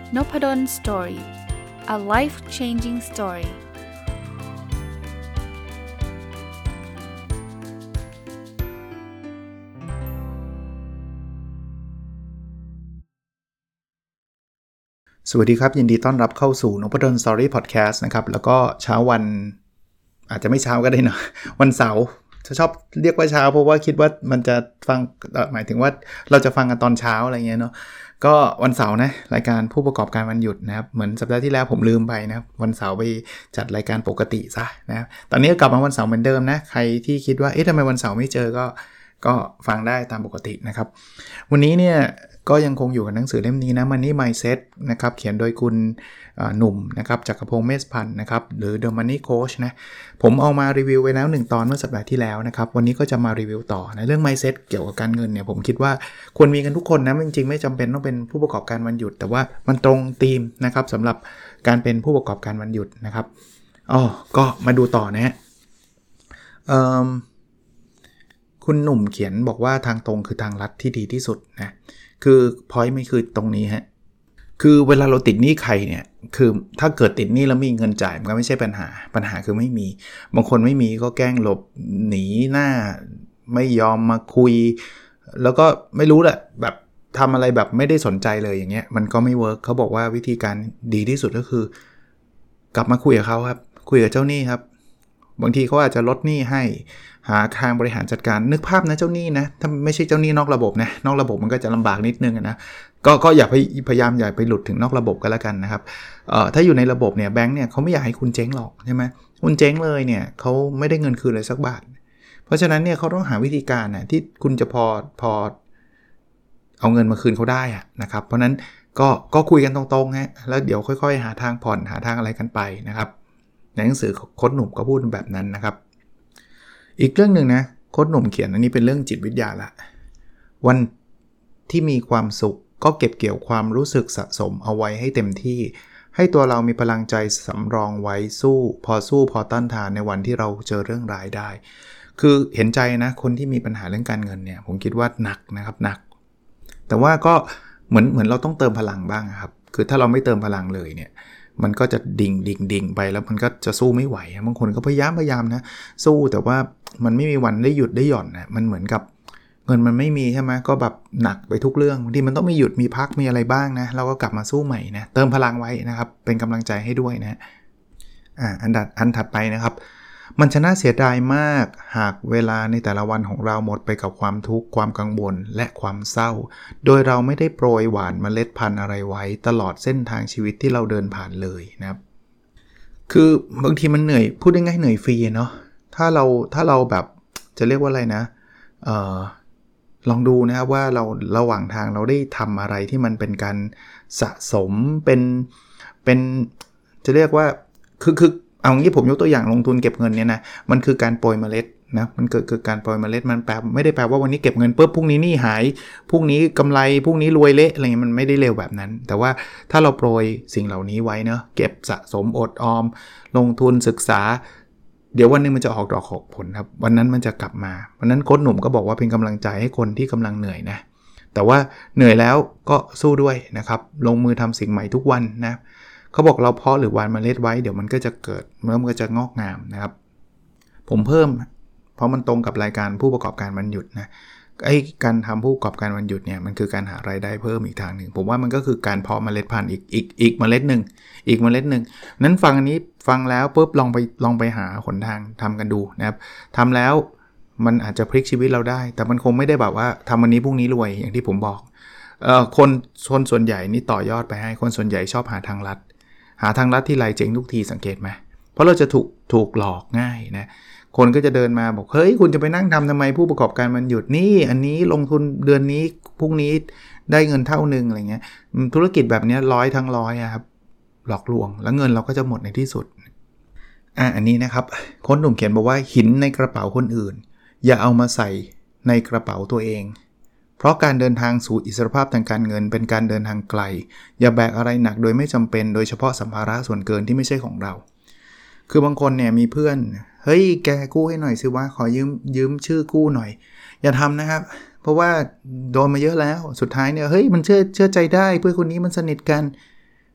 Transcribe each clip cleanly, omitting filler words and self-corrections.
Nopadon Story. A life-changing story. สวัสดีครับยินดีต้อนรับเข้าสู่ Nopadon Story Podcast นะครับแล้วก็เช้าวันอาจจะไม่เช้าก็ได้นะวันเสาร์ชอบเรียกว่าเช้าเพราะว่าคิดว่ามันจะฟังหมายถึงว่าเราจะฟังกันตอนเช้าอะไรเงี้ยเนาะก็วันเสาร์นะรายการผู้ประกอบการวันหยุดนะครับเหมือนสัปดาห์ที่แล้วผมลืมไปนะครับวันเสาร์ไปจัดรายการปกติซะนะครับตอนนี้ก็กลับมาวันเสาร์เหมือนเดิมนะใครที่คิดว่าทำไมวันเสาร์ไม่เจอก็ฟังได้ตามปกตินะครับวันนี้เนี่ยก็ยังคงอยู่กับหนังสือเล่มนี้นะ Money Mindset นะครับเขียนโดยคุณหนุ่มนะครับจักรพงษ์เมษพันธ์นะครับหรือ The Money Coach นะผมเอามารีวิวไว้แล้ว1ตอนเมื่อสัปดาห์ที่แล้วนะครับวันนี้ก็จะมารีวิวต่อนะเรื่อง Mindset เกี่ยวกับการเงินเนี่ยผมคิดว่าควรมีกันทุกคนนะจริงๆไม่จำเป็นต้องเป็นผู้ประกอบการวันหยุดแต่ว่ามันตรงธีมนะครับสำหรับการเป็นผู้ประกอบการวันหยุดนะครับก็มาดูต่อนะฮะคุณหนุ่มเขียนบอกว่าทางตรงคือทางลัดที่ดีที่สุดนะคือพอยต์ไม่คือตรงนี้ฮะคือเวลาเราติดหนี้ใครเนี่ยคือถ้าเกิดติดหนี้แล้วมีเงินจ่ายมันก็ไม่ใช่ปัญหาคือไม่มีบางคนไม่มีก็แกล้งหลบหนีหน้าไม่ยอมมาคุยแล้วก็ไม่รู้แหละแบบทำอะไรแบบไม่ได้สนใจเลยอย่างเงี้ยมันก็ไม่เวิร์กเขาบอกว่าวิธีการดีที่สุดก็คือกลับมาคุยกับเขาครับคุยกับเจ้าหนี้ครับบางทีเขาอาจจะลดหนี้ให้หาทางบริหารจัดการนึกภาพนะเจ้าหนี้นะถ้าไม่ใช่เจ้าหนี้นอกระบบนะนอกระบบมันก็จะลำบากนิดนึงนะก็อย่าพยายามอย่าไปหลุดถึงนอกระบบก็แล้วกันนะครับถ้าอยู่ในระบบเนี่ยแบงค์เนี่ยเขาไม่อยากให้คุณเจ๊งหรอกใช่ไหมคุณเจ๊งเลยเนี่ยเขาไม่ได้เงินคืนเลยสักบาทเพราะฉะนั้นเนี่ยเขาต้องหาวิธีการนะที่คุณจะพอเอาเงินมาคืนเขาได้นะครับเพราะนั้นก็คุยกันตรงๆฮะแล้วเดี๋ยวค่อยๆหาทางผ่อนหาทางอะไรกันไปนะครับในหนังสือโค้ชหนุ่มก็พูดแบบนั้นนะครับอีกเรื่องนึงนะโค้ชหนุ่มเขียนอันนี้เป็นเรื่องจิตวิทยาละวันที่มีความสุขก็เก็บเกี่ยวความรู้สึกสะสมเอาไว้ให้เต็มที่ให้ตัวเรามีพลังใจสำรองไว้พอต้านทานในวันที่เราเจอเรื่องร้ายได้คือเห็นใจนะคนที่มีปัญหาเรื่องการเงินเนี่ยผมคิดว่าหนักนะครับหนักแต่ว่าก็เหมือนเราต้องเติมพลังบ้างครับคือถ้าเราไม่เติมพลังเลยเนี่ยมันก็จะดิ่งไปแล้วมันก็จะสู้ไม่ไหวบางคนก็พยายามนะสู้แต่ว่ามันไม่มีวันได้หยุดได้หย่อนนะมันเหมือนกับเงินมันไม่มีใช่ไหมก็แบบหนักไปทุกเรื่องบางทีมันต้องมีหยุดมีพักมีอะไรบ้างนะเราก็กลับมาสู้ใหม่นะเติมพลังไว้นะครับเป็นกำลังใจให้ด้วยนะอันถัดไปนะครับมันจะน่าเสียดายมากหากเวลาในแต่ละวันของเราหมดไปกับความทุกข์ความกังวลและความเศร้าโดยเราไม่ได้โปรยหว่านเมล็ดพันธุ์อะไรไว้ตลอดเส้นทางชีวิตที่เราเดินผ่านเลยนะครับคือบางทีมันเหนื่อยพูดได้ง่ายเหนื่อยฟรีเนาะถ้าเราแบบจะเรียกว่าอะไรนะลองดูนะครับว่าเราระหว่างทางเราได้ทำอะไรที่มันเป็นการสะสมเป็นจะเรียกว่าคือเอางี้ผมยกตัวอย่างลงทุนเก็บเงินเนี่ยนะมันคือการโปรยเมล็ดนะมันคือการโปรยเมล็ดมันไม่ได้แปลว่าวันนี้เก็บเงินปุ๊บพรุ่งนี้หนี้หายพรุ่งนี้กำไรพรุ่งนี้รวยเละอะไรเงี้ยมันไม่ได้เร็วแบบนั้นแต่ว่าถ้าเราโปรยสิ่งเหล่านี้ไว้เนาะเก็บสะสมอดออมลงทุนศึกษาเดี๋ยววันนึงมันจะออกดอกออกผลครับวันนั้นมันจะกลับมาวันนั้นโค้ชหนุ่มก็บอกว่าเป็นกำลังใจให้คนที่กำลังเหนื่อยนะแต่ว่าเหนื่อยแล้วก็สู้ด้วยนะครับลงมือทำสิ่งใหม่ทุกวันนะเขาบอกเราเพาะหรือหว่านเมล็ดไว้เดี๋ยวมันก็จะเกิดมันก็จะงอกงามนะครับผมเพิ่มเพราะมันตรงกับรายการผู้ประกอบการวันหยุดนะการทำผู้ประกอบการวันหยุดเนี่ยมันคือการหารายได้เพิ่มอีกทางหนึ่งผมว่ามันก็คือการเพาะเมล็ดพันธุ์อีกเมล็ดนึงนั้นฟังอันนี้ฟังแล้วปุ๊บลองไปหาหนทางทำกันดูนะครับทำแล้วมันอาจจะพลิกชีวิตเราได้แต่มันคงไม่ได้แบบว่าทำวันนี้พรุ่งนี้รวยอย่างที่ผมบอกคนส่วนใหญ่นี่ต่อยอดไปให้คนส่วนใหญ่ชอบหาทางลัดที่ไรเจ๊งทุกทีสังเกตไหมเพราะเราจะถูกหลอกง่ายนะคนก็จะเดินมาบอกเฮ้ยคุณจะไปนั่งทำไมผู้ประกอบการมันหยุดนี่อันนี้ลงทุนเดือนนี้พรุ่งนี้ได้เงินเท่านึงอะไรเงี้ยธุรกิจแบบนี้100 ทั้ง 100ครับหลอกลวงแล้วเงินเราก็จะหมดในที่สุดอันนี้นะครับคนหนุ่มเขียนบอกว่าหินในกระเป๋าคนอื่นอย่าเอามาใส่ในกระเป๋าตัวเองเพราะการเดินทางสู่อิสรภาพทางการเงินเป็นการเดินทางไกลอย่าแบกอะไรหนักโดยไม่จำเป็นโดยเฉพาะสัมภาระส่วนเกินที่ไม่ใช่ของเราคือบางคนเนี่ยมีเพื่อนเฮ้ยแกกู้ให้หน่อยสิวะขอยืมชื่อกู้หน่อยอย่าทำนะครับเพราะว่าโดนมาเยอะแล้วสุดท้ายเนี่ยเฮ้ยมันเชื่อใจได้เพื่อนคนนี้มันสนิทกัน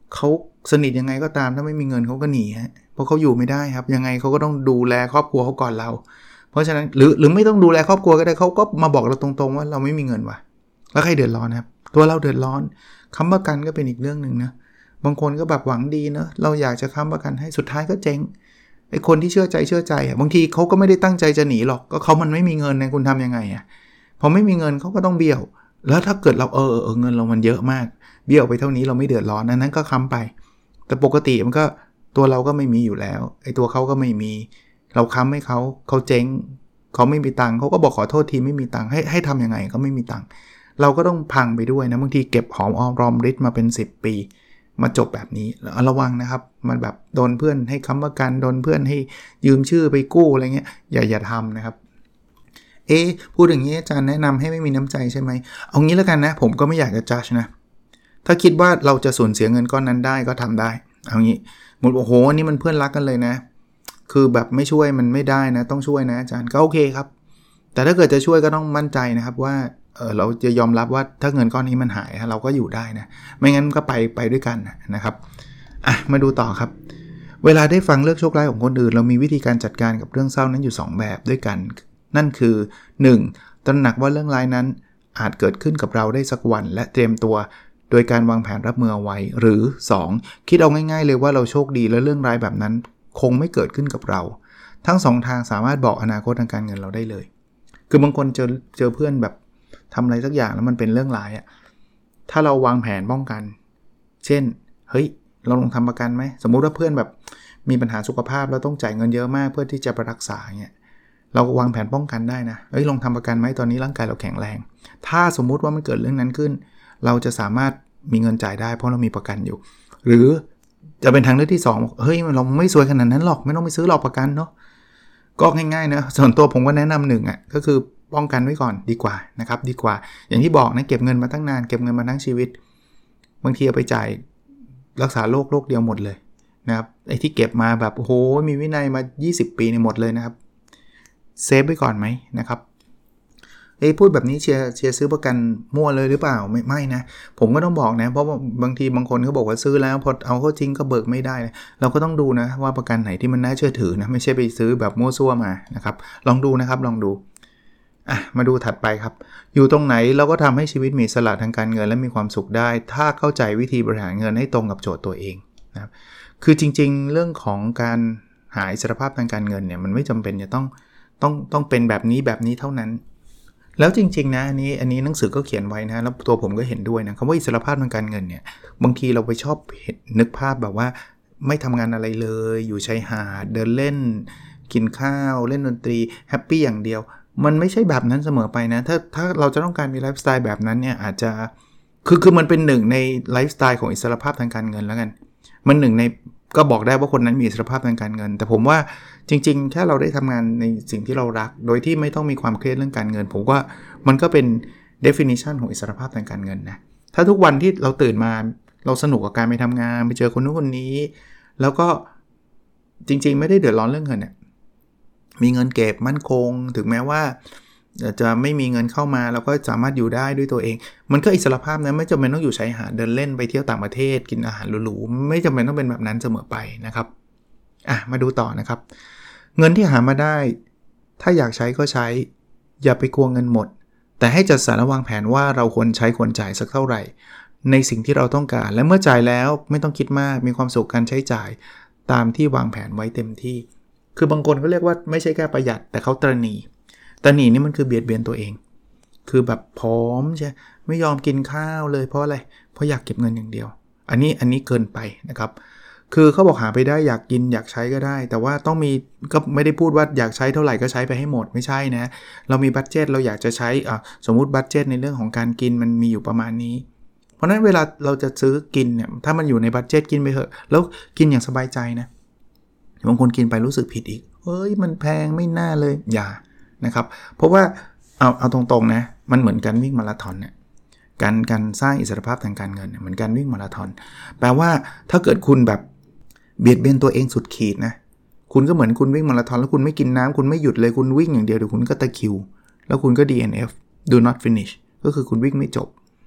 เขาสนิทยังไงก็ตามถ้าไม่มีเงินเขาก็หนีฮะเพราะเขาอยู่ไม่ได้ครับยังไงเขาก็ต้องดูแลครอบครัวเขาก่อนเราเพราะฉะนั้นหรือไม่ต้องดูแลครอบครัวก็ได้เขาก็มาบอกเราตรงๆว่าเราไม่มีเงินว่ะแล้วใครเดือดร้อนครับตัวเราเดือดร้อนค้ำประกันก็เป็นอีกเรื่องนึงนะบางคนก็แบบหวังดีเนะเราอยากจะค้ำประกันให้สุดท้ายก็เจ๊งไอ้คนที่เชื่อใจบางทีเขาก็ไม่ได้ตั้งใจจะหนีหรอกก็เขามันไม่มีเงินนะคุณทำยังไงพอไม่มีเงินเขาก็ต้องเบี้ยวแล้วถ้าเกิดเราเงินเรามันเยอะมากเบี้ยวไปเท่านี้เราไม่เดือดร้อนนั้นก็ค้ำไปแต่ปกติมันก็ตัวเราก็ไม่มีอยู่แล้วไอ้ตัวเขาก็ไม่มีเราค้ำให้เขาเจ๊งเขาไม่มีตังค์เขาก็บอกขอโทษทีไม่มีตังค์ให้ทำยังไงก็ไม่มีตังค์เราก็ต้องพังไปด้วยนะบางทีเก็บหอมรอมริบมาเป็น10 ปีมาจบแบบนี้ระวังนะครับมันแบบโดนเพื่อนให้ค้ำประกันโดนเพื่อนให้ยืมชื่อไปกู้อะไรเงี้ยอย่าทำนะครับพูดอย่างนี้อาจารย์แนะนำให้ไม่มีน้ำใจใช่ไหมเอางี้แล้วกันนะผมก็ไม่อยากจะจัดนะถ้าคิดว่าเราจะสูญเสียเงินก้อนนั้นได้ก็ทำได้เอางี้หมดโอ้โหนี่มันเพื่อนรักกันเลยนะคือแบบไม่ช่วยมันไม่ได้นะต้องช่วยนะอาจารย์ก็โอเคครับแต่ถ้าเกิดจะช่วยก็ต้องมั่นใจนะครับว่าเราจะยอมรับว่าถ้าเงินก้อนนี้มันหายเราก็อยู่ได้นะไม่งั้นก็ไปด้วยกันนะครับมาดูต่อครับเวลาได้ฟังเรื่องโชคร้ายของคนอื่นเรามีวิธีการจัดการกับเรื่องเศร้านั้นอยู่2แบบด้วยกันนั่นคือ 1. ตระหนักว่าเรื่องร้ายนั้นอาจเกิดขึ้นกับเราได้สักวันและเตรียมตัวโดยการวางแผนรับมือเอาไว้หรือ 2. คิดเอาง่ายๆเลยว่าเราโชคดีและเรื่องร้ายแบบนั้นคงไม่เกิดขึ้นกับเราทั้ง2ทางสามารถบอกอนาคตทางการเงินเราได้เลยคือบางคนเจอเพื่อนแบบทำอะไรสักอย่างแล้วมันเป็นเรื่องร้ายถ้าเราวางแผนป้องกันเช่นเฮ้ยเราลองทำประกันไหมสมมุติว่าเพื่อนแบบมีปัญหาสุขภาพแล้วต้องจ่ายเงินเยอะมากเพื่อที่จะไปรักษาเนี่ยเราวางแผนป้องกันได้นะลองทำประกันไหมตอนนี้ร่างกายเราแข็งแรงถ้าสมมุติว่ามันเกิดเรื่องนั้นขึ้นเราจะสามารถมีเงินจ่ายได้เพราะเรามีประกันอยู่หรือจะเป็นทางเลือกที่2เฮ้ยเราไม่ซวยขนาดนั้นหรอกไม่ต้องไปซื้อหรอกประกันเนาะก็ง่ายๆนะส่วนตัวผมก็แนะนำก็คือป้องกันไว้ก่อนดีกว่านะครับดีกว่าอย่างที่บอกนะเก็บเงินมาตั้งนานเก็บเงินมาทั้งชีวิตบางทีเอาไปจ่ายรักษาโรคเดียวหมดเลยนะครับไอ้ที่เก็บมาแบบโอ้โหมีวินัยมา20 ปีเนี่ยหมดเลยนะครับเซฟไว้ก่อนไหมนะครับพูดแบบนี้เชียร์ซื้อประกันมั่วเลยหรือเปล่าไม่นะผมก็ต้องบอกนะเพราะบางทีบางคนเขาบอกว่าซื้อแล้วพอเอาเข้าจริงก็เบิกไม่ได้เราก็ต้องดูนะว่าประกันไหนที่มันน่าเชื่อถือนะไม่ใช่ไปซื้อแบบมั่วซั่วมานะครับลองดูนะครับลองดูมาดูถัดไปครับอยู่ตรงไหนเราก็ทำให้ชีวิตมีอิสระทางการเงินและมีความสุขได้ถ้าเข้าใจวิธีบริหารเงินให้ตรงกับโจทย์ตัวเองนะครับคือจริงๆเรื่องของการหาอิสรภาพทางการเงินเนี่ยมันไม่จำเป็นจะต้องเป็นแบบนี้เท่านั้นแล้วจริงๆนะอันนี้หนังสือก็เขียนไว้นะแล้วตัวผมก็เห็นด้วยนะคำว่าอิสรภาพทางการเงินเนี่ยบางทีเราไปชอบนึกภาพแบบว่าไม่ทำงานอะไรเลยอยู่ชายหาดเดินเล่นกินข้าวเล่นดนตรีแฮปปี้อย่างเดียวมันไม่ใช่แบบนั้นเสมอไปนะถ้าเราจะต้องการมีไลฟ์สไตล์แบบนั้นเนี่ยอาจจะคือมันเป็นหนึ่งในไลฟ์สไตล์ของอิสรภาพทางการเงินแล้วกันมันหนึ่งในก็บอกได้ว่าคนนั้นมีอิสรภาพทางการเงินแต่ผมว่าจริงๆแค่เราได้ทำงานในสิ่งที่เรารักโดยที่ไม่ต้องมีความเครียดเรื่องการเงินผมว่ามันก็เป็น definition ของอิสรภาพทางการเงินนะถ้าทุกวันที่เราตื่นมาเราสนุกกับการไปทำงานไปเจอคนนู้นคนนี้แล้วก็จริงๆไม่ได้เดือดร้อนเรื่องเงินเนี่ยมีเงินเก็บมั่นคงถึงแม้ว่าจะไม่มีเงินเข้ามาเราก็สามารถอยู่ได้ด้วยตัวเองมันก็อิสรภาพนะไม่จำเป็นต้องอยู่ชายหาดเดินเล่นไปเที่ยวต่างประเทศกินอาหารหรูๆไม่จำเป็นต้องเป็นแบบนั้นเสมอไปนะครับมาดูต่อนะครับเงินที่หามาได้ถ้าอยากใช้ก็ใช้อย่าไปกลัวเงินหมดแต่ให้จัดสรรและวางแผนว่าเราควรใช้ควรจ่ายสักเท่าไหร่ในสิ่งที่เราต้องการและเมื่อจ่ายแล้วไม่ต้องคิดมากมีความสุขการใช้จ่ายตามที่วางแผนไว้เต็มที่คือบางคนเขาเรียกว่าไม่ใช่แค่ประหยัดแต่เขาตระหนี่นี่มันคือเบียดเบียนตัวเองคือแบบพร้อมใช่ไม่ยอมกินข้าวเลยเพราะอะไรเพราะอยากเก็บเงินอย่างเดียวอันนี้เกินไปนะครับคือเขาบอกหาไปได้อยากกินอยากใช้ก็ได้แต่ว่าต้องมีก็ไม่ได้พูดว่าอยากใช้เท่าไหร่ก็ใช้ไปให้หมดไม่ใช่นะเรามีบัดเจ็ตเราอยากจะใช้สมมุติบัดเจ็ตในเรื่องของการกินมันมีอยู่ประมาณนี้เพราะนั้นเวลาเราจะซื้อกินเนี่ยถ้ามันอยู่ในบัดเจ็ตกินไปเถอะแล้วกินอย่างสบายใจนะบางคนกินไปรู้สึกผิดอีกเฮ้ยมันแพงไม่น่าเลยอย่านะครับเพราะว่าเอาตรงๆนะมันเหมือนการวิ่งมาราธอนเนี่ยการสร้างอิสรภาพทางการเงินเหมือนการวิ่งมาราธอนแปลว่าถ้าเกิดคุณแบบเบียดเบียนตัวเองสุดขีดนะคุณก็เหมือนคุณวิ่งมาราธอนแล้วคุณไม่กินน้ำคุณไม่หยุดเลยคุณวิ่งอย่างเดียวเดี๋ยวคุณก็ตะคริวแล้วคุณก็ DNF do not finish ก็คือคุณวิ่งไม่จบ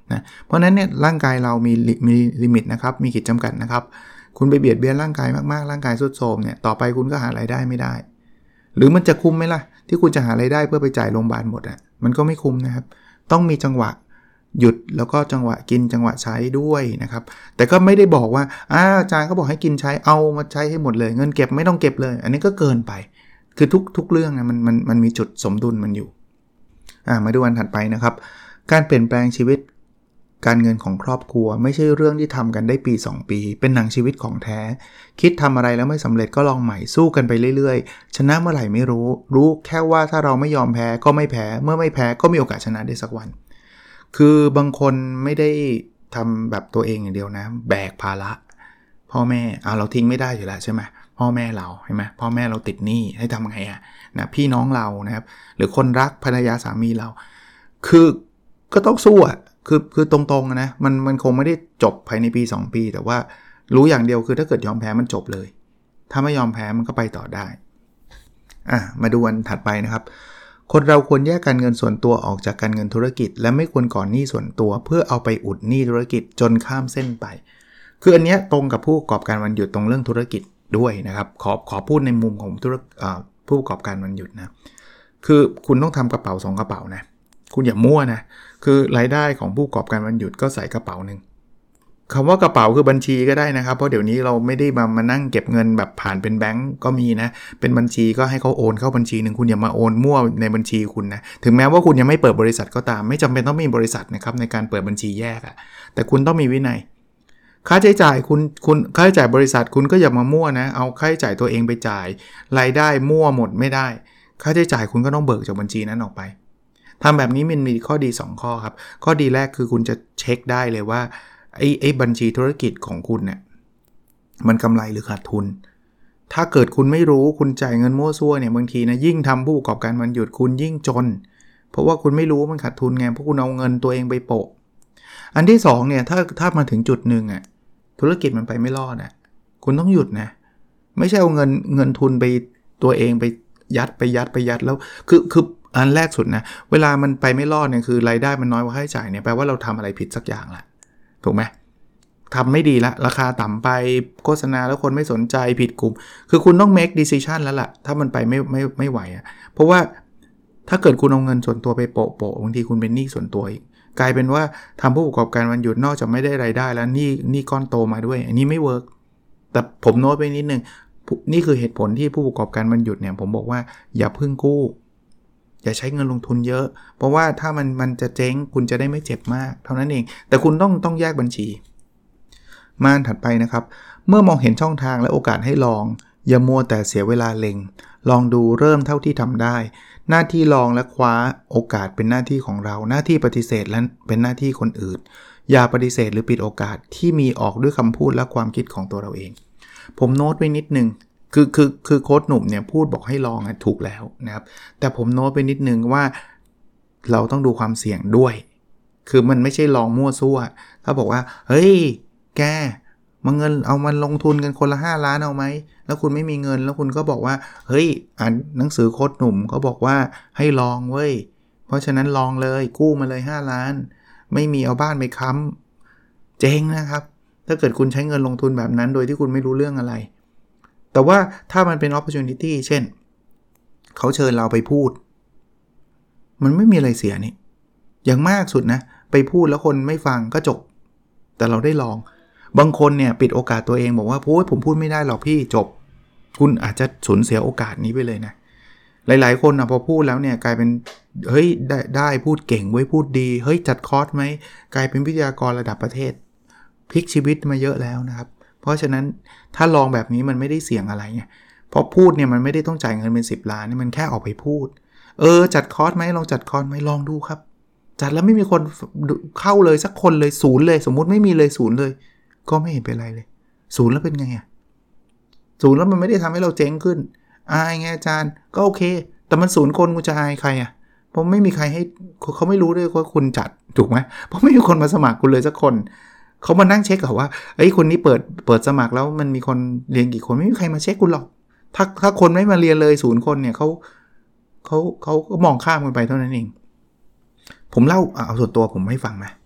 นะเพราะนั้นเนี่ยร่างกายเรามีลิมิตนะครับมีขีดจำกัดนะครับคุณไปเบียดเบียนร่างกายมากๆร่างกายทรุดโทรมเนี่ยต่อไปคุณก็หารายได้ไม่ได้หรือมันจะคุ้มไหมล่ะที่คุณจะหารายได้เพื่อไปจ่ายโรงพยาบาลหมดอ่ะมันก็ไม่คุ้มนะครับต้องมีจังหวะหยุดแล้วก็จังหวะกินจังหวะใช้ด้วยนะครับแต่ก็ไม่ได้บอกว่าอาจารย์เขาบอกให้กินใช้เอามาใช้ให้หมดเลยเงินเก็บไม่ต้องเก็บเลยอันนี้ก็เกินไปคือทุกเรื่องนะมันมีจุดสมดุลมันอยู่มาดูอันถัดไปนะครับการเปลี่ยนแปลงชีวิตการเงินของครอบครัวไม่ใช่เรื่องที่ทำกันได้ปี2ปีเป็นหนังชีวิตของแท้คิดทำอะไรแล้วไม่สำเร็จก็ลองใหม่สู้กันไปเรื่อยๆชนะเมื่อไหร่ไม่รู้แค่ว่าถ้าเราไม่ยอมแพ้ก็ไม่แพ้เมื่อไม่แพ้ก็มีโอกาสชนะได้สักวันคือบางคนไม่ได้ทำแบบตัวเองอย่างเดียวนะแบกภาระพ่อแม่เราทิ้งไม่ได้อยู่แล้วใช่ไหมพ่อแม่เราใช่ไหมพ่อแม่เราติดหนี้ให้ทำไงนะพี่น้องเรานะครับหรือคนรักภรรยาสามีเราคือก็ต้องสู้คือตรงๆนะมันคงไม่ได้จบภายในปี2ปีแต่ว่ารู้อย่างเดียวคือถ้าเกิดยอมแพ้มันจบเลยถ้าไม่ยอมแพ้มันก็ไปต่อได้มาดูอันถัดไปนะครับคนเราควรแยกการเงินส่วนตัวออกจากการเงินธุรกิจและไม่ควรก่อนหนี้ส่วนตัวเพื่อเอาไปอุดหนี้ธุรกิจจนข้ามเส้นไปคืออันเนี้ยตรงกับผู้ประกอบการวันหยุดตรงเรื่องธุรกิจด้วยนะครับขอพูดในมุมของผู้ประกอบการวันหยุดนะคือคุณต้องทำกระเป๋า2กระเป๋านะคุณอย่ามั่วนะคือรายได้ของผู้ประกอบการวันหยุดก็ใส่กระเป๋านึงคำว่ากระเป๋าคือบัญชีก็ได้นะครับเพราะเดี๋ยวนี้เราไม่ได้มานั่งเก็บเงินแบบผ่านเป็นแบงก์ก็มีนะเป็นบัญชีก็ให้เขาโอนเข้าบัญชีนึงคุณอย่ามาโอนมั่วในบัญชีคุณนะถึงแม้ว่าคุณยังไม่เปิดบริษัทก็ตามไม่จำเป็นต้องมีบริษัทนะครับในการเปิดบัญชีแยกแต่คุณต้องมีวินัยค่าใช้จ่ายคุณค่าใช้จ่ายบริษัทคุณก็อย่ามามั่วนะเอาค่าใช้จ่ายตัวเองไปจ่ายรายได้มั่วหมดไม่ได้ค่าใช้จ่ายคุณก็ต้องเบิกจากบัญชีนั้นออกไปทำแบบนี้มันมีข้อดี2ข้อครับข้อดีแรกคือคุณจะเช็คได้เลยว่าไอ้บัญชีธุรกิจของคุณเนี่ยมันกำไรหรือขาดทุนถ้าเกิดคุณไม่รู้คุณจ่ายเงินมั่วซั่วเนี่ยบางทีนะยิ่งทำผู้ประกอบการวันหยุดคุณยิ่งจนเพราะว่าคุณไม่รู้มันขาดทุนไงเพราะคุณเอาเงินตัวเองไปโปะอันที่2เนี่ยถ้ามาถึงจุดนึงธุรกิจมันไปไม่รอดคุณต้องหยุดนะไม่ใช่เอาเงินทุนไปตัวเองไปยัดแล้วคืออันแรกสุดนะเวลามันไปไม่รอดเนี่ยคือรายได้มันน้อยกว่าค่าใช้จ่ายเนี่ยแปลว่าเราทำอะไรผิดสักอย่างละถูกไหมทำไม่ดีละราคาต่ำไปโฆษณาแล้วคนไม่สนใจผิดกลุ่มคือคุณต้อง make decision แล้วล่ะถ้ามันไปไม่ไหวเพราะว่าถ้าเกิดคุณเอาเงินส่วนตัวไปโปะบางทีคุณเป็นหนี้ส่วนตัวอีกกลายเป็นว่าทำผู้ประกอบการวันหยุดนอกจากไม่ได้รายได้แล้วนี่ก้อนโตมาด้วยอันนี้ไม่เวิร์กแต่ผมโน้ตไปนิดนึงนี่คือเหตุผลที่ผู้ประกอบการวันหยุดเนี่ยผมบอกว่าอย่าพึ่งกู้อย่าใช้เงินลงทุนเยอะเพราะว่าถ้ามันจะเจ๊งคุณจะได้ไม่เจ็บมากเท่านั้นเองแต่คุณต้องแยกบัญชีมาถัดไปนะครับเมื่อมองเห็นช่องทางและโอกาสให้ลองอย่ามัวแต่เสียเวลาเล็งลองดูเริ่มเท่าที่ทำได้หน้าที่ลองและคว้าโอกาสเป็นหน้าที่ของเราหน้าที่ปฏิเสธและเป็นหน้าที่คนอื่นอย่าปฏิเสธหรือปิดโอกาสที่มีออกด้วยคำพูดและความคิดของตัวเราเองผมโน้ตไว้นิดนึงคือโค้ชหนุ่มเนี่ยพูดบอกให้ลองถูกแล้วนะครับแต่ผมโน้ตไปนิดนึงว่าเราต้องดูความเสี่ยงด้วยคือมันไม่ใช่ลองมั่วซั่วถ้าบอกว่าเฮ้ยแกมาเงินเอามันลงทุนกันคนละ5 ล้านเอาไหมแล้วคุณไม่มีเงินแล้วคุณก็บอกว่าเฮ้ยอ่านหนังสือโค้ชหนุ่มเขาบอกว่าให้ลองเว้ยเพราะฉะนั้นลองเลยกู้มาเลย5 ล้านไม่มีเอาบ้านไปค้ำเจ๊งนะครับถ้าเกิดคุณใช้เงินลงทุนแบบนั้นโดยที่คุณไม่รู้เรื่องอะไรแต่ว่าถ้ามันเป็น opportunity เช่นเขาเชิญเราไปพูดมันไม่มีอะไรเสียนี่อย่างมากสุดนะไปพูดแล้วคนไม่ฟังก็จบแต่เราได้ลองบางคนเนี่ยปิดโอกาสตัวเองบอกว่าผมพูดไม่ได้หรอกพี่จบคุณอาจจะสูญเสียโอกาสนี้ไปเลยนะหลายๆคนพอพูดแล้วเนี่ยกลายเป็นเฮ้ยได้พูดเก่งไว้พูดดีเฮ้ยจัดคอร์สไหมกลายเป็นวิทยากรระดับประเทศพลิกชีวิตมาเยอะแล้วนะครับเพราะฉะนั้นถ้าลองแบบนี้มันไม่ได้เสี่ยงอะไรไงพอพูดเนี่ยมันไม่ได้ต้องจ่ายเงินเป็น10 ล้านนี่มันแค่ออกไปพูดจัดคอร์สไหมลองจัดคอร์สไหมลองดูครับจัดแล้วไม่มีคนเข้าเลยสักคนเลยศูนย์เลยสมมุติไม่มีเลยศูนย์เลยก็ไม่เห็นเป็นไรเลยศูนย์แล้วเป็นไงศูนย์แล้วมันไม่ได้ทำให้เราเจ๊งขึ้นอายไงอาจารย์ก็โอเคแต่มันศูนย์คนกูจะอายใครเพราะไม่มีใครให้เขาไม่รู้ด้วยว่าคุณจัดถูกไหมเพราะไม่มีคนมาสมัครคุณเลยสักคนเขามานั่งเช็คว่าเอ้ยคนนี้เปิดสมัครแล้วมันมีคนเรียนกี่คนไม่มีใครมาเช็คคุณหรอกถ้าคนไม่มาเรียนเลย0 คนเนี่ยเขาก็มองข้ามกันไปเท่านั้นเองผมเล่าเอาส่วนตัวผมให้ฟังไหม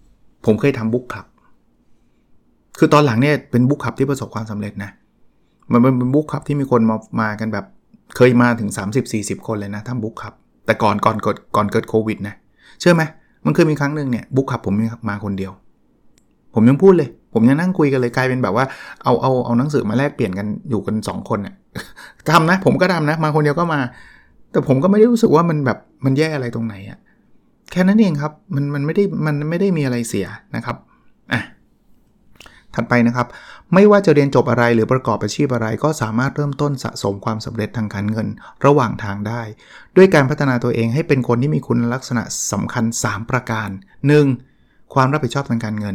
ผมเคยทำบุ๊กคลับคือตอนหลังเนี่ยเป็นบุ๊กคลับที่ประสบความสำเร็จนะมันเป็นบุ๊กคลับที่มีคนมากันแบบเคยมาถึง 30-40 คนเลยนะทำบุ๊กคลับแต่ก่อนเกิดโควิดนะเชื่อไหมมันเคยมีครั้งนึงเนี่ยบุ๊กคลับผมมาคนเดียวผมยังพูดเลยผมยังนั่งคุยกันเลยกลายเป็นแบบว่าเอาหนังสือมาแลกเปลี่ยนกันอยู่กัน2คนน่ะทำนะผมก็ทำนะมาคนเดียวก็มาแต่ผมก็ไม่ได้รู้สึกว่ามันแบบมันแย่อะไรตรงไหนอะแค่นั้นเองครับมันไม่ได้มีอะไรเสียนะครับถัดไปนะครับไม่ว่าจะเรียนจบอะไรหรือประกอบอาชีพอะไรก็สามารถเริ่มต้นสะสมความสำเร็จทางการเงินระหว่างทางได้ด้วยการพัฒนาตัวเองให้เป็นคนที่มีคุณลักษณะสำคัญ3ประการ 1. ความรับผิดชอบทางการเงิน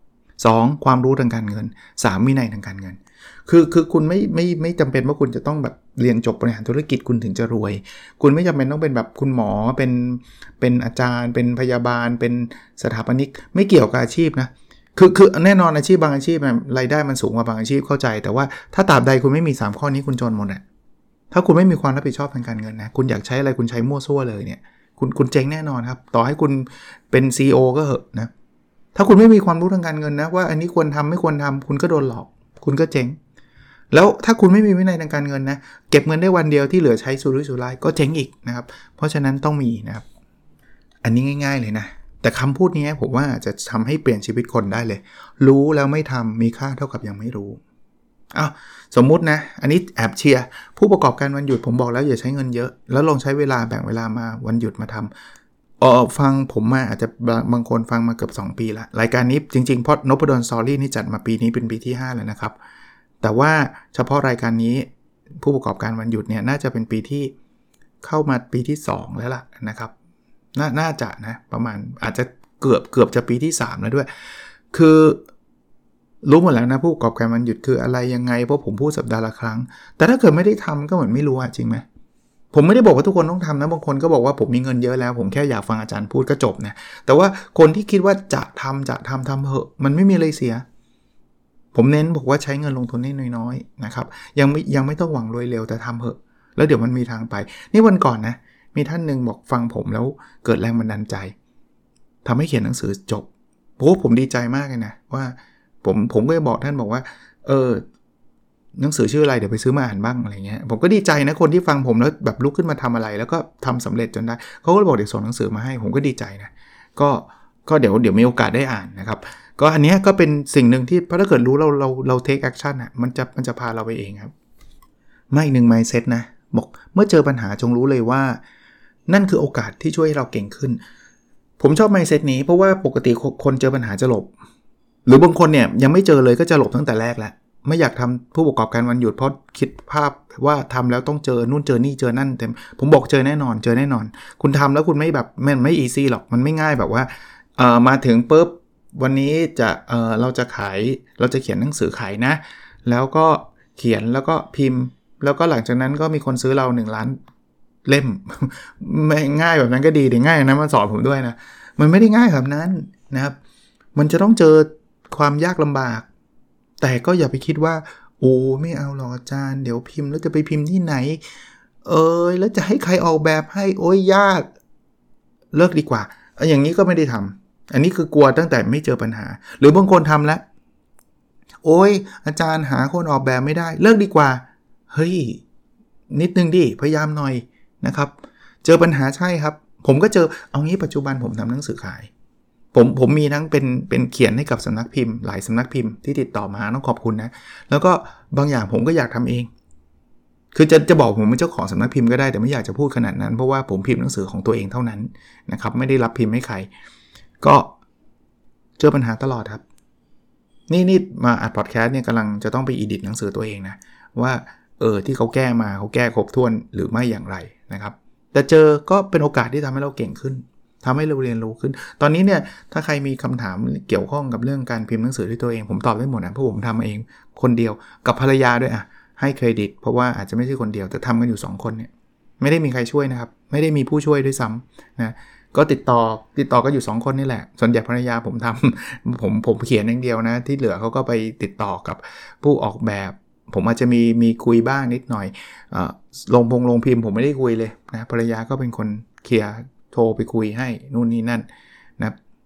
2. ความรู้ทางการเงิน 3. วินัยทางการเงินคือคุณไม่จำเป็นว่าคุณจะต้องแบบเรียนจบบริหารธุรกิจคุณถึงจะรวยคุณไม่จำเป็นต้องเป็นแบบคุณหมอเป็นอาจารย์เป็นพยาบาลเป็นสถาปนิกไม่เกี่ยวกับอาชีพนะคือแน่นอนอาชีพบางอาชีพรายได้มันสูงกว่าบางอาชีพเข้าใจแต่ว่าถ้าตราบใดคุณไม่มี3ข้อนี้คุณจนหมดอ่ะถ้าคุณไม่มีความรับผิดชอบทางการเงินนะคุณอยากใช้อะไรคุณใช้มั่วซั่วเลยเนี่ยคุณเจ๊งแน่นอนครับต่อให้คุณเป็น CEO ก็เหอะนะถ้าคุณไม่มีความรู้ทางการเงินนะว่าอันนี้ควรทำไม่ควรทำคุณก็โดนหลอกคุณก็เจ๊งแล้วถ้าคุณไม่มีวินัยทางการเงินนะเก็บเงินได้วันเดียวที่เหลือใช้สุรุ่ยสุร่ายก็เจ๊งอีกนะครับเพราะฉะนั้นต้องมีนะครับอันนี้ง่ายๆเลยนะแต่คำพูดนี้ผมว่าจะทำให้เปลี่ยนชีวิตคนได้เลยรู้แล้วไม่ทำมีค่าเท่ากับยังไม่รู้สมมุตินะอันนี้แอบเชียร์ผู้ประกอบการวันหยุดผมบอกแล้วอย่าใช้เงินเยอะแล้วลองใช้เวลาแบ่งเวลามาวันหยุดมาทำฟังผมมาอาจจะบางคนฟังมาเกือบ2 ปีละรายการนี้จริงๆเพราะนพดลสตอรี่นี่จัดมาปีนี้เป็นปีที่5แล้วนะครับแต่ว่าเฉพาะรายการนี้ผู้ประกอบการวันหยุดเนี่ยน่าจะเป็นปีที่เข้ามาปีที่2แล้วล่ะนะครับน่าจะนะประมาณอาจจะเกือบจะปีที่3แล้วด้วยคือรู้หมดแล้วนะผู้ประกอบการวันหยุดคืออะไรยังไงเพราะผมพูดสัปดาห์ละครั้งแต่ถ้าเกิดไม่ได้ทำก็เหมือนไม่รู้จริงไหมผมไม่ได้บอกว่าทุกคนต้องทำนะบางคนก็บอกว่าผมมีเงินเยอะแล้วผมแค่อยากฟังอาจารย์พูดก็จบนะแต่ว่าคนที่คิดว่าจะทำเหอะมันไม่มีอะไรเสียผมเน้นบอกว่าใช้เงินลงทุนให้น้อยๆนะครับยังไม่ต้องหวังรวยเร็วแต่ทำเหอะแล้วเดี๋ยวมันมีทางไปนี่วันก่อนนะมีท่านนึงบอกฟังผมแล้วเกิดแรงบันดาลใจทำให้เขียนหนังสือจบผมดีใจมากเลยนะว่าผมก็จะบอกท่านบอกว่าหนังสือชื่ออะไรเดี๋ยวไปซื้อมาอ่านบ้างอะไรเงี้ยผมก็ดีใจนะคนที่ฟังผมแล้วแบบลุกขึ้นมาทำอะไรแล้วก็ทำสำเร็จจนได้เขาก็บอกเดี๋ยวส่งหนังสือมาให้ผมก็ดีใจนะก็เดี๋ยวมีโอกาสได้อ่านนะครับก็อันนี้ก็เป็นสิ่งหนึ่งที่ถ้าเกิดรู้เรา take action อ่ะมันจะพาเราไปเองครับไม่หนึ่ง mindset นะบอกเมื่อเจอปัญหาจงรู้เลยว่านั่นคือโอกาสที่ช่วยให้เราเก่งขึ้นผมชอบ mindset นี้เพราะว่าปกติคนเจอปัญหาจะหลบหรือบางคนเนี่ยยังไม่เจอเลยก็จะหลบตั้งแต่แรกแล้วไม่อยากทำผู้ประกอบการวันหยุดเพราะคิดภาพว่าทำแล้วต้องเจอนู่นเจอนี่เจอนั่นเต็มผมบอกเจอแน่นอนคุณทำแล้วคุณไม่แบบมันไม่ easy หรอกมันไม่ง่ายแบบว่ามาถึงปุ๊บวันนี้เราจะเขียนหนังสือขายนะแล้วก็เขียนแล้วก็พิมพ์แล้วก็หลังจากนั้นก็มีคนซื้อเรา1 ล้านเล่มไม่ง่ายแบบนั้นก็ดีง่ายนะมาสอนผมด้วยนะมันไม่ได้ง่ายแบบนั้นนะครับมันจะต้องเจอความยากลำบากแต่ก็อย่าไปคิดว่าโอ้ไม่เอาหรอกอาจารย์เดี๋ยวพิมพ์แล้วจะไปพิมพ์ที่ไหนแล้วจะให้ใครออกแบบให้โอ้ยยากเลิกดีกว่าอย่างนี้ก็ไม่ได้ทำอันนี้คือกลัวตั้งแต่ไม่เจอปัญหาหรือบางคนทำแล้วโอ้ยอาจารย์หาคนออกแบบไม่ได้เลิกดีกว่าเฮ้ยนิดนึงดิพยายามหน่อยนะครับเจอปัญหาใช่ครับผมก็เจอเอางี้ปัจจุบันผมทำหนังสือขายผมมีทั้งเป็นเขียนให้กับสำนักพิมพ์หลายสำนักพิมพ์ที่ติดต่อมาต้องขอบคุณนะแล้วก็บางอย่างผมก็อยากทำเองคือจะบอกผมเป็นเจ้าของสำนักพิมพ์ก็ได้แต่ไม่อยากจะพูดขนาดนั้นเพราะว่าผมพิมพ์หนังสือของตัวเองเท่านั้นนะครับไม่ได้รับพิมพ์ให้ใครก็เจอปัญหาตลอดครับนี่มาอัดพอดแคสต์เนี่ยกำลังจะต้องไปอีดิทหนังสือตัวเองนะว่าที่เขาแก้มาเขาแก้ครบถ้วนหรือไม่อย่างไรนะครับแต่เจอก็เป็นโอกาสที่ทำให้เราเก่งขึ้นทำให้เราเรียนรู้ขึ้นตอนนี้เนี่ยถ้าใครมีคำถามเกี่ยวข้องกับเรื่องการพิมพ์หนังสือด้วยตัวเองผมตอบได้หมดนะเพราะผมทำเองคนเดียวกับภรรยาด้วยให้เครดิตเพราะว่าอาจจะไม่ใช่คนเดียวแต่ทำกันอยู่2คนเนี่ยไม่ได้มีใครช่วยนะครับไม่ได้มีผู้ช่วยด้วยซ้ำนะก็ติดต่อก็อยู่2คนนี่แหละส่วนใหญ่ภรรยาผมทำผมเขียนอย่างเดียวนะที่เหลือเขาก็ไปติดต่อกับผู้ออกแบบผมอาจจะมีคุยบ้างนิดหน่อยลงพิมพ์ผมไม่ได้คุยเลยนะภรรยาก็เป็นคนเคลียร์โทรไปคุยให้นู่นนี่นั่นนะ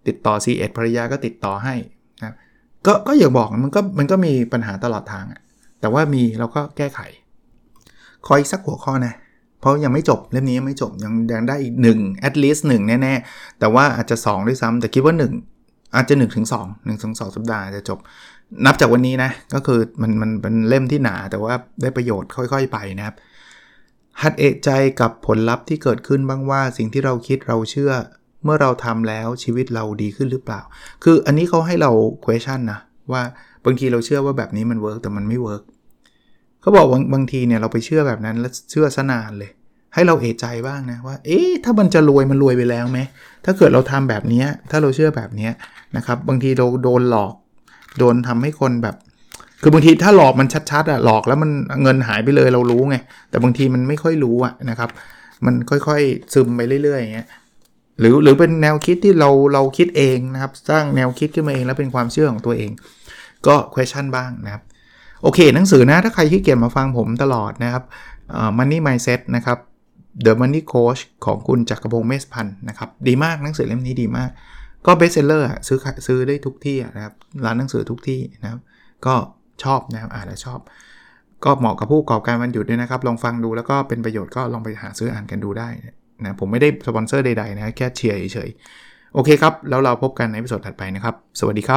ติดต่อ C1 ภรรยาก็ติดต่อให้นะก็อย่างบอกมันก็มีปัญหาตลอดทางอ่ะแต่ว่ามีเราก็แก้ไขขออีกสักหัวข้อนะเพราะยังไม่จบเล่มนี้ยังไม่จบยังได้อีก1 at least 1แน่ๆแต่ว่าอาจจะ2ด้วยซ้ำแต่คิดว่า1อาจจะ1 ถึง 2 สัปดาห์จะจบนับจากวันนี้นะก็คือมันเป็นเล่มที่หนาแต่ว่าได้ประโยชน์ค่อยๆไปนะครับหัดเอะใจกับผลลัพธ์ที่เกิดขึ้นบ้างว่าสิ่งที่เราคิดเราเชื่อเมื่อเราทำแล้วชีวิตเราดีขึ้นหรือเปล่าคืออันนี้เขาให้เรา question นะว่าบางทีเราเชื่อว่าแบบนี้มันเวิร์กแต่มันไม่เวิร์กเขาบอกบางทีเนี่ยเราไปเชื่อแบบนั้นแล้วเชื่อซะนานเลยให้เราเอะใจบ้างนะว่าถ้ามันจะรวยมันรวยไปแล้วไหมถ้าเกิดเราทำแบบนี้ถ้าเราเชื่อแบบนี้นะครับบางทีเราโดนหลอกโดนทำให้คนแบบคือบางทีถ้าหลอกมันชัดๆหลอกแล้วมันเงินหายไปเลยเรารู้ไงแต่บางทีมันไม่ค่อยรู้นะครับมันค่อยๆซึมไปเรื่อยๆอย่างเงี้ยหรือเป็นแนวคิดที่เราคิดเองนะครับสร้างแนวคิดขึ้นมาเองแล้วเป็นความเชื่อของตัวเองก็ question บ้างนะครับโอเคหนังสือนะถ้าใครขี้เกียจมาฟังผมตลอดนะครับMoney Mindset นะครับ The Money Coach ของคุณจักรพงษ์เมษพันธ์นะครับดีมากหนังสือเล่มนี้ดีมากก็ best seller ซื้อได้ทุกที่นะครับร้านหนังสือทุกที่นะครับก็ชอบนะครับอ่านแล้วชอบก็เหมาะกับผู้ประกอบการวันหยุดด้วยนะครับลองฟังดูแล้วก็เป็นประโยชน์ก็ลองไปหาซื้ออ่านกันดูได้นะผมไม่ได้สปอนเซอร์ใดๆนะแค่เชียร์เฉยๆโอเคครับแล้วเราพบกันในตอนถัดไปนะครับสวัสดีครับ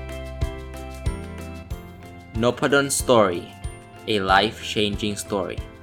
Nopadon Story, a life-changing story.